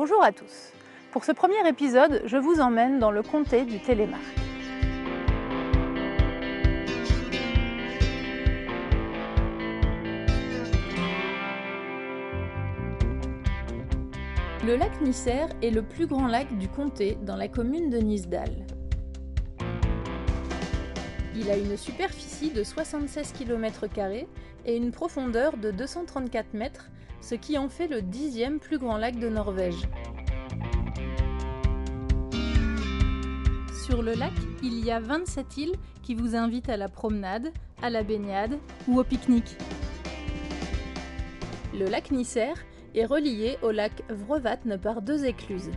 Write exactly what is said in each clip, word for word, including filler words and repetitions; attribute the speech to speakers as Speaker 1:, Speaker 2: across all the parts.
Speaker 1: Bonjour à tous. Pour ce premier épisode, je vous emmène dans le comté du Télémark. Le lac Nisser est le plus grand lac du comté dans la commune de Nisdal. Il a une superficie de soixante-seize kilomètres carrés et une profondeur de deux cent trente-quatre mètres, ce qui en fait le dixième plus grand lac de Norvège. Sur le lac, il y a vingt-sept îles qui vous invitent à la promenade, à la baignade ou au pique-nique. Le lac Nisser est relié au lac Vrøvatn par deux écluses.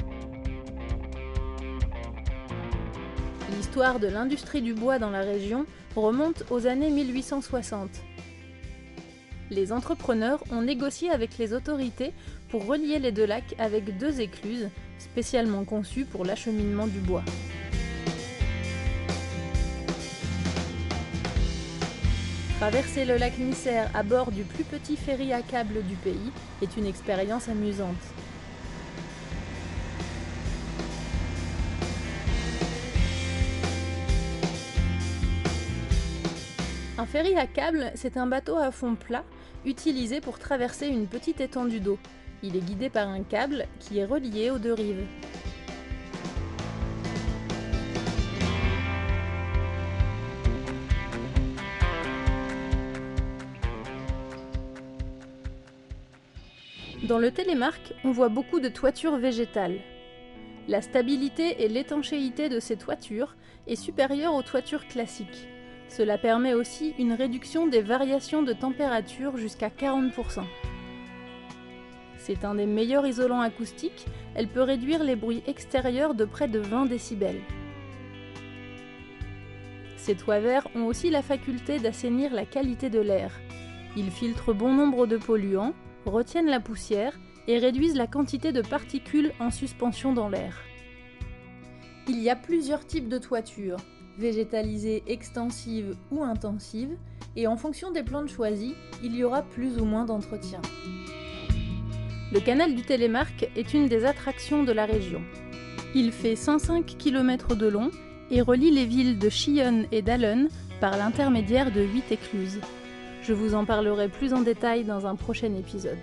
Speaker 1: L'histoire de l'industrie du bois dans la région remonte aux années mille huit cent soixante. Les entrepreneurs ont négocié avec les autorités pour relier les deux lacs avec deux écluses spécialement conçues pour l'acheminement du bois. Traverser le lac Nisser à bord du plus petit ferry à câble du pays est une expérience amusante. Un ferry à câble, c'est un bateau à fond plat utilisé pour traverser une petite étendue d'eau. Il est guidé par un câble qui est relié aux deux rives. Dans le Télémark, on voit beaucoup de toitures végétales. La stabilité et l'étanchéité de ces toitures est supérieure aux toitures classiques. Cela permet aussi une réduction des variations de température jusqu'à quarante pour cent. C'est un des meilleurs isolants acoustiques, elle peut réduire les bruits extérieurs de près de vingt décibels. Ces toits verts ont aussi la faculté d'assainir la qualité de l'air. Ils filtrent bon nombre de polluants, retiennent la poussière et réduisent la quantité de particules en suspension dans l'air. Il y a plusieurs types de toitures, végétalisées, extensives ou intensives, et en fonction des plantes choisies, il y aura plus ou moins d'entretien. Le canal du Télémark est une des attractions de la région. Il fait cent cinq kilomètres de long et relie les villes de Skien et Dalen par l'intermédiaire de huit écluses. Je vous en parlerai plus en détail dans un prochain épisode.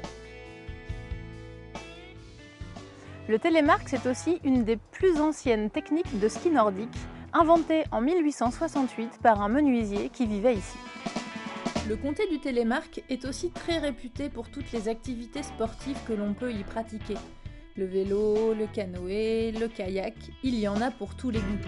Speaker 1: Le Télémark, c'est aussi une des plus anciennes techniques de ski nordique, inventée en mille huit cent soixante-huit par un menuisier qui vivait ici. Le comté du Télémark est aussi très réputé pour toutes les activités sportives que l'on peut y pratiquer. Le vélo, le canoë, le kayak, il y en a pour tous les goûts.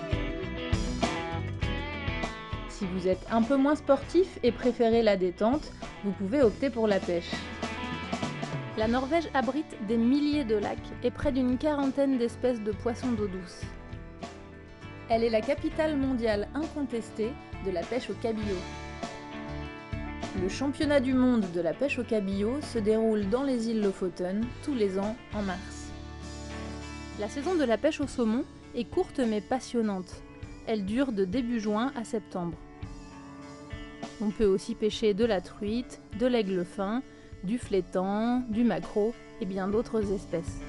Speaker 1: Si vous êtes un peu moins sportif et préférez la détente, vous pouvez opter pour la pêche. La Norvège abrite des milliers de lacs et près d'une quarantaine d'espèces de poissons d'eau douce. Elle est la capitale mondiale incontestée de la pêche au cabillaud. Le championnat du monde de la pêche au cabillaud se déroule dans les îles Lofoten tous les ans en mars. La saison de la pêche au saumon est courte mais passionnante. Elle dure de début juin à septembre. On peut aussi pêcher de la truite, de l'aigle fin, du flétan, du maquereau et bien d'autres espèces.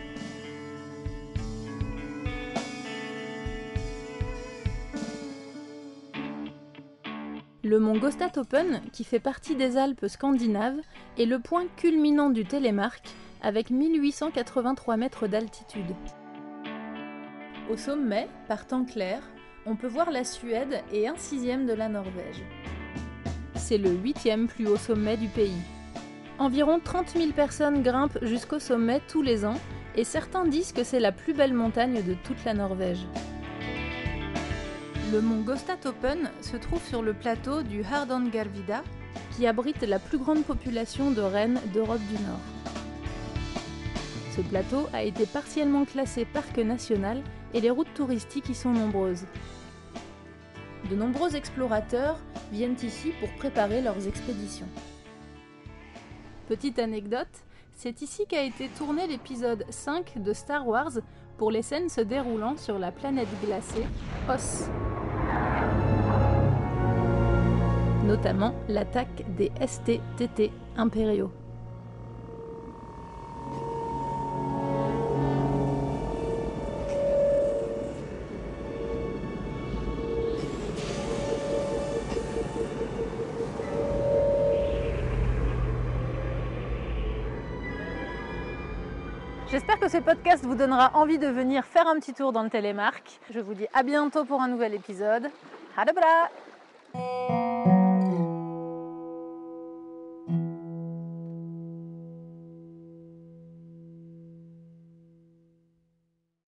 Speaker 1: Le mont Gostatoppen, qui fait partie des Alpes scandinaves, est le point culminant du Télémark avec mille huit cent quatre-vingt-trois mètres d'altitude. Au sommet, par temps clair, on peut voir la Suède et un sixième de la Norvège. C'est le huitième plus haut sommet du pays. Environ trente mille personnes grimpent jusqu'au sommet tous les ans et certains disent que c'est la plus belle montagne de toute la Norvège. Le mont Gostatoppen se trouve sur le plateau du Hardangervidda, qui abrite la plus grande population de rennes d'Europe du Nord. Ce plateau a été partiellement classé parc national et les routes touristiques y sont nombreuses. De nombreux explorateurs viennent ici pour préparer leurs expéditions. Petite anecdote, c'est ici qu'a été tourné l'épisode cinq de Star Wars pour les scènes se déroulant sur la planète glacée Hoth. Notamment l'attaque des S T T T impériaux. J'espère que ce podcast vous donnera envie de venir faire un petit tour dans le Télémark. Je vous dis à bientôt pour un nouvel épisode. Ha det bra!